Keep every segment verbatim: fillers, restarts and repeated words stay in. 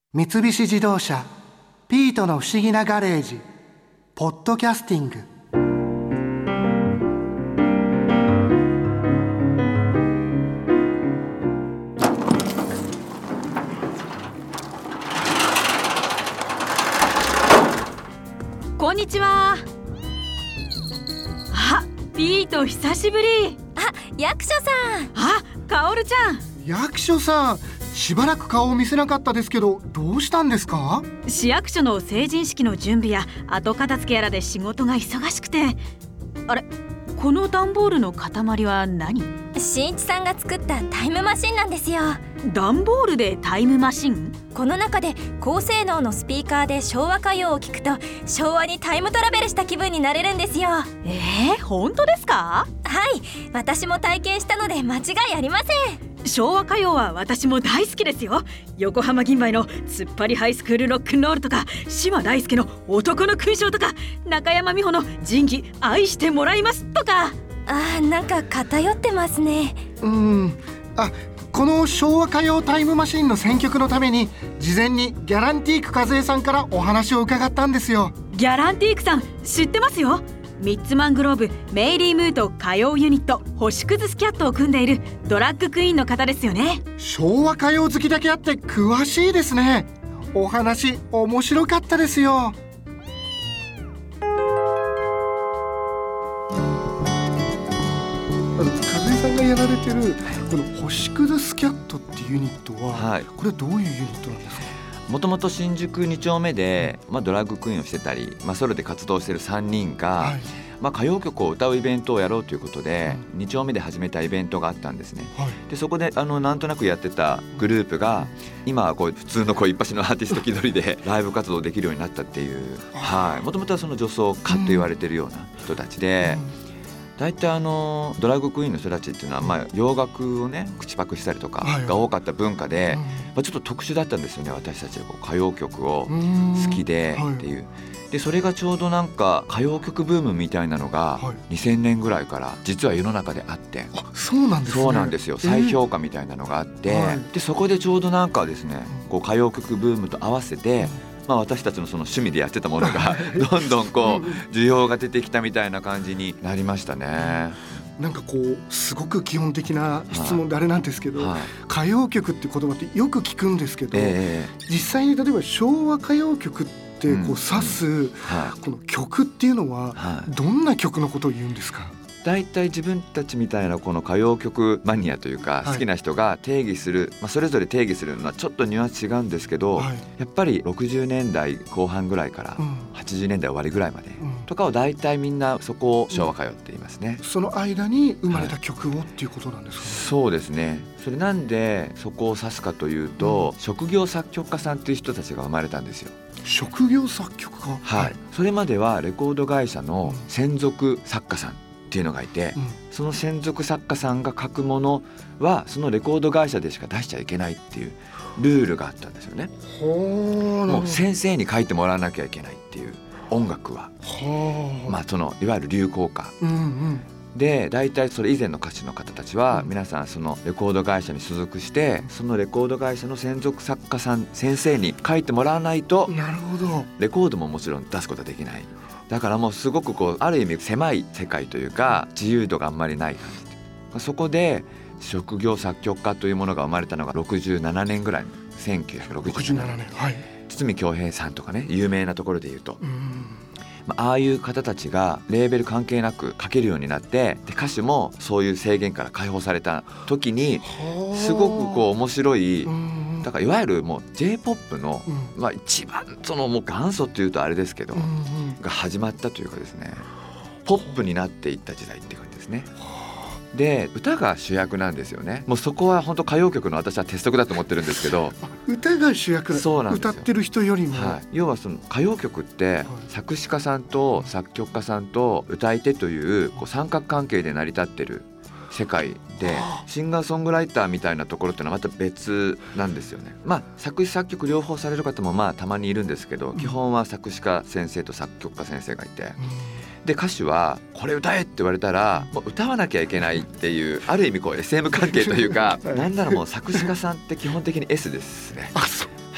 三菱自動車ピートの不思議なガレージポッドキャスティング。 こんにちは。あ、ピート久しぶり。 あ、役所さん。 あ、カオルちゃん。 役所さん、しばらく顔を見せなかったですけど、どうしたんですか？ 市役所の成人式の準備や後片付けやらで仕事が忙しくて。あれ、この段ボールの塊は何？ 新一さんが作ったタイムマシンなんですよ。 段ボールでタイムマシン？ この中で高性能のスピーカーで昭和歌謡を聴くと昭和にタイムトラベルした気分になれるんですよ。 えー、本当ですか？ はい、私も体験したので間違いありません。 昭和歌謡は私も大好きですよ。横浜銀杯の突っ張りハイスクールロックンロールとか、島大輔の男の勲章とか、中山美穂の仁義愛してもらいますとか。 あー、なんか偏ってますね。 うーん、あ、この昭和歌謡タイムマシンの選曲のために事前にギャランティーク和江さんからお話を伺ったんですよ。 ギャランティークさん知ってますよ。ミッツマングローブ、メイリームーと歌謡ユニット星屑スキャットを組んでいるドラッグクイーンの方ですよね。 昭和歌謡好きだけあって詳しいですね。お話面白かったですよ。あの和江さんがやられてるこの星屑スキャットっていうユニットは、はい、これはどういうユニットなんですか？ もともと新宿に丁目で、まあ、ドラッグクイーンをしてたり、まあ、ソロで活動しているさんにんが、はい、まあ、歌謡曲を歌うイベントをやろうということで、うん、に丁目で始めたイベントがあったんですね、はい、でそこであのなんとなくやってたグループが今はこう普通のこう一発のアーティスト気取りでライブ活動できるようになったっていう、もともとはその女装家と言われているような人たちで、うんうん、大体あのドラッグクイーンの人たちっていうのは、まあ、洋楽をね口パクしたりとかが多かった文化で、はい、まあ、ちょっと特殊だったんですよね。私たちはこう歌謡曲を好きでっていう、はい、でそれがちょうどなんか歌謡曲ブームみたいなのがにせんねんぐらいから実は世の中であって、 あ、そうなんですね。 そうなんですよ。再評価みたいなのがあって、えー、でそこでちょうどなんかですね、こう歌謡曲ブームと合わせて、まあ、私たちのその趣味でやってたものがどんどんこう需要が出てきたみたいな感じになりましたね。 なんかこうすごく基本的な質問であれなんですけど、はい、歌謡曲って言葉ってよく聞くんですけど、えー、実際に例えば昭和歌謡曲ってこう指す、うんうん、はい、この曲っていうのはどんな曲のことを言うんですか？ だいたい自分たちみたいなこの歌謡曲マニアというか好きな人が定義する、はい、まあ、それぞれ定義するのはちょっとニュアンス違うんですけど、はい、やっぱりろくじゅうねんだいこう半ぐらいからはちじゅうねんだい終わりぐらいまでとかをだいたいみんなそこを昭和歌謡って言いますね、 うん、その間に生まれた曲をっていうことなんですかね？はい、 そうですね。それなんでそこを指すかというと、うん、職業作曲家さんっていう人たちが生まれたんですよ。 職業作曲家、 はいはい、それまではレコード会社の専属作家さんっていうのがいて、うん、その専属作家さんが書くものはそのレコード会社でしか出しちゃいけないっていうルールがあったんですよね。もう先生に書いてもらわなきゃいけないっていう、音楽は、まあ、そのいわゆる流行歌、うんうん、で大体それ以前の歌手の方たちは皆さんそのレコード会社に所属して、そのレコード会社の専属作家さん先生に書いてもらわないと、 なるほど、 レコードももちろん出すことはできない。だからもうすごくこうある意味狭い世界というか自由度があんまりない感じ。そこで職業作曲家というものが生まれたのがろくじゅうななねんぐらい、せんきゅうひゃくろくじゅうななねん、はい、堤恭平さんとかね、有名なところで言うと、うん、まあ、ああいう方たちがレーベル関係なく書けるようになって、で歌手もそういう制限から解放された時にすごくこう面白い、だからいわゆるもう J-ポップ の、うん、まあ、一番そのもう元祖っていうとあれですけど、うんうん、が始まったというかですね、ポップになっていった時代って感じですね。で歌が主役なんですよね。もうそこは本当歌謡曲の私は鉄則だと思ってるんですけど歌が主役だ。そうなんですよ。歌ってる人よりも、 はい、要はその歌謡曲って、はい、作詞家さんと作曲家さんと歌い手というこう三角関係で成り立ってる世界で、シンガーソングライターみたいなところってのはまた別なんですよね。まあ作詞作曲両方される方もまあたまにいるんですけど、基本は作詞家先生と作曲家先生がいて、で歌手はこれ歌えって言われたらもう歌わなきゃいけないっていうある意味こう エスエム 関係というかなんならもう作詞家さんって基本的に S ですね。 あ、そう、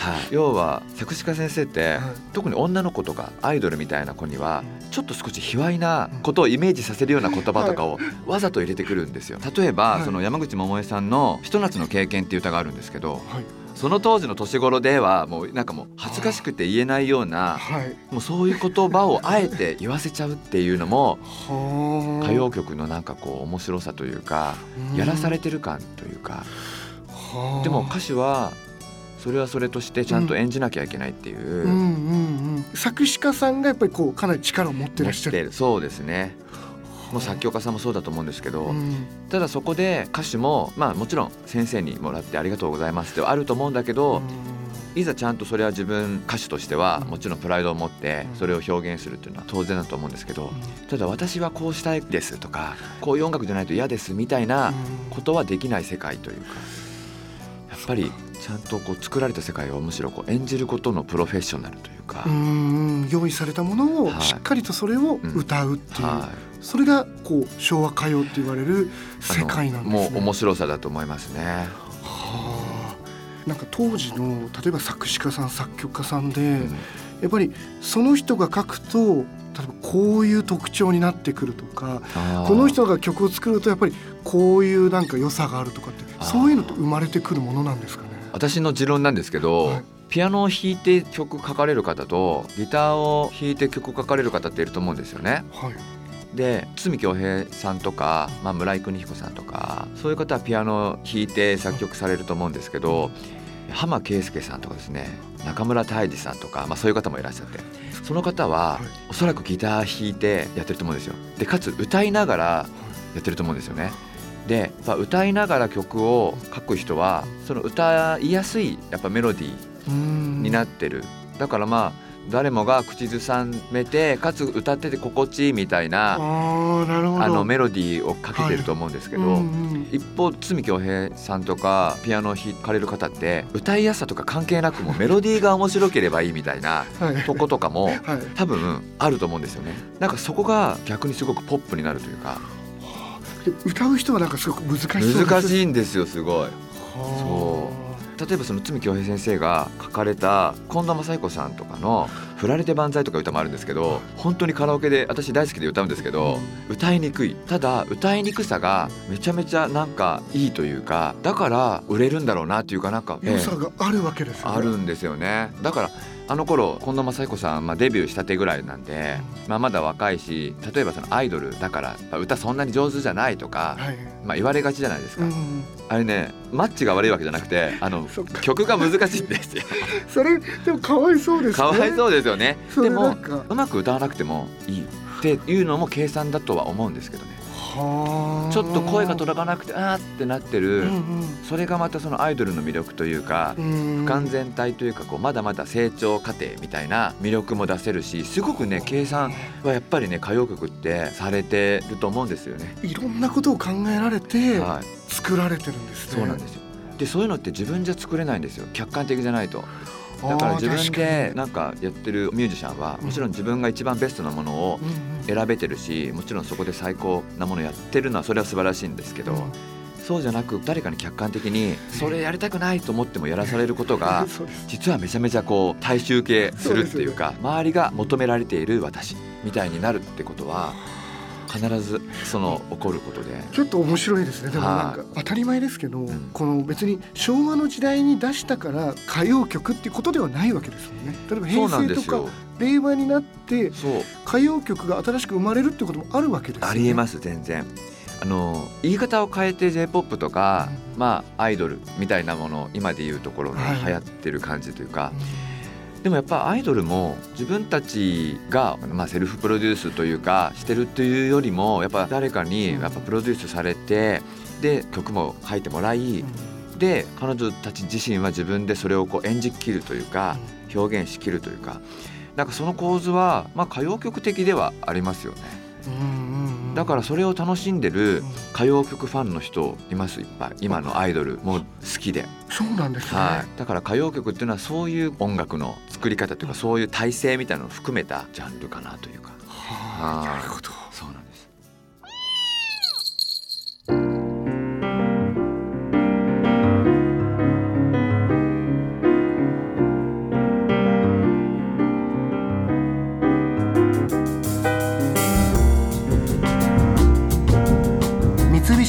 はい、要は作詞家先生って、はい、特に女の子とかアイドルみたいな子にはちょっと少し卑猥なことをイメージさせるような言葉とかをわざと入れてくるんですよ。例えば、はい、その山口百恵さんのひと夏の経験っていう歌があるんですけど、はい、その当時の年頃ではもうなんかもう恥ずかしくて言えないような、はい、もうそういう言葉をあえて言わせちゃうっていうのも歌謡曲のなんかこう面白さというか、やらされてる感というか、でも歌詞はそれはそれとしてちゃんと演じなきゃいけないっていう、うんうんうんうん、作詞家さんがやっぱりこうかなり力を持ってらっしゃる。 そうですね。もう作曲家さんもそうだと思うんですけど、うん、ただそこで歌詞もまあもちろん先生にもらってありがとうございますってあると思うんだけど、うん、いざちゃんとそれは自分歌手としてはもちろんプライドを持ってそれを表現するっていうのは当然だと思うんですけど、うん、ただ私はこうしたいですとかこういう音楽じゃないと嫌ですみたいなことはできない世界というか、やっぱりちゃんとこう作られた世界をむしろこう演じることのプロフェッショナルというか、うーん、用意されたものをしっかりとそれを歌うっていう、はい、それがこう昭和歌謡って言われる世界なんですね。 もう面白さだと思いますね。 はあ、なんか当時の例えば作詞家さん作曲家さんで、うん、やっぱりその人が書くと例えばこういう特徴になってくるとか、この人が曲を作るとやっぱりこういうなんか良さがあるとかって、そういうのって生まれてくるものなんですかね。 私の持論なんですけど、はい、ピアノを弾いて曲書かれる方とギターを弾いて曲書かれる方っていると思うんですよね。はい、で堤恭平さんとか、まあ、村井邦彦さんとかそういう方はピアノを弾いて作曲されると思うんですけど、はい、浜圭介さんとかですね、中村泰治さんとか、まあ、そういう方もいらっしゃって、その方はおそらくギター弾いてやってると思うんですよ。でかつ歌いながらやってると思うんですよね。でやっぱ歌いながら曲を書く人はその歌いやすいやっぱメロディーになってる。だからまあ誰もが口ずさめてかつ歌ってて心地いいみたいな、 あ, なるほどあのメロディーをかけてると思うんですけど、はい、うんうん、一方堤恭平さんとかピアノを弾かれる方って歌いやすさとか関係なくもメロディーが面白ければいいみたいなとことかも、はい、多分あると思うんですよね。なんかそこが逆にすごくポップになるというか、 歌う人はなんかすごく難しそうです。 難しいんですよ、すごい。そう例えばその堤恭平先生が書かれた近藤真彦さんとかの振られて万歳とか歌もあるんですけど、本当にカラオケで私大好きで歌うんですけど、歌いにくい。ただ歌いにくさがめちゃめちゃなんかいいというか、だから売れるんだろうなっていうか、なんか良さがあるわけですよね。 あるんですよね。だからあの頃近藤真彦さん、まあ、デビューしたてぐらいなんで、まあ、まだ若いし、例えばそのアイドルだから歌そんなに上手じゃないとか、はい、まあ、言われがちじゃないですか、うん、あれね、マッチが悪いわけじゃなくてあの曲が難しいんですよそれでもかわいそうですね。 かわいそうですよね。でもうまく歌わなくてもいいっていうのも計算だとは思うんですけどね。はちょっと声が届かなくてあーってなってる、うんうん、それがまたそのアイドルの魅力というか、うん、不完全体というか、こうまだまだ成長過程みたいな魅力も出せるし、すごくね計算はやっぱりね歌謡曲ってされてると思うんですよね。 いろんなことを考えられて作られてるんですね。 はい、そうなんですよ。でそういうのって自分じゃ作れないんですよ、客観的じゃないと。だから自分でなんかやってるミュージシャンはもちろん自分が一番ベストなものを選べてるし、もちろんそこで最高なものをやってるのはそれは素晴らしいんですけど、そうじゃなく誰かに客観的にそれやりたくないと思ってもやらされることが実はめちゃめちゃこう大衆系するっていうか、周りが求められている私みたいになるってことは必ずその起こることで、 ちょっと面白いですね。でもなんか当たり前ですけど、うん、この別に昭和の時代に出したから歌謡曲っていうことではないわけですもんね。例えば平成とか令和になって歌謡曲が新しく生まれるってこともあるわけですよね。 ありえます。全然あの言い方を変えて ジェイポップ とか、うん、まあアイドルみたいなものを今でいうところの流行ってる感じというか、はい、でもやっぱアイドルも自分たちが、まあ、セルフプロデュースというかしてるっていうよりもやっぱ誰かにやっぱプロデュースされて、で曲も書いてもらい、で彼女たち自身は自分でそれをこう演じきるというか表現しきるというか、なんかその構図は、まあ、歌謡曲的ではありますよね。だからそれを楽しんでる歌謡曲ファンの人います、いっぱい。今のアイドルも好きで。 そうなんですね。 はい、だから歌謡曲っていうのはそういう音楽の作り方というか、そういう体制みたいなのを含めたジャンルかなというか。 はあ、なるほど。 そうなんです。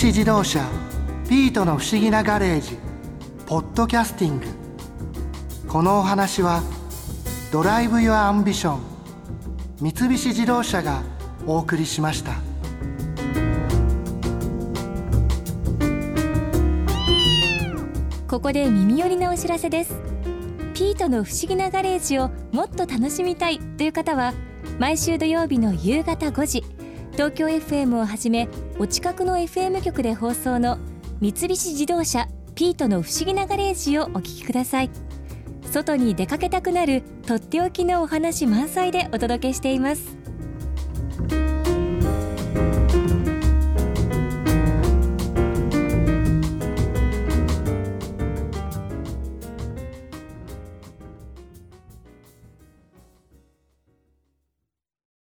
菱自動車ピートの不思議なガレージポッドキャスティング。このお話はドライブ・ユア・アンビション三菱自動車がお送りしました。 ここで耳寄りなお知らせです。ピートの不思議なガレージをもっと楽しみたいという方は、毎週土曜日の夕方ごじ、東京 エフエム をはじめお近くの エフエム 局で放送の三菱自動車ピートの不思議なガレージをお聞きください。外に出かけたくなるとっておきのお話満載でお届けしています。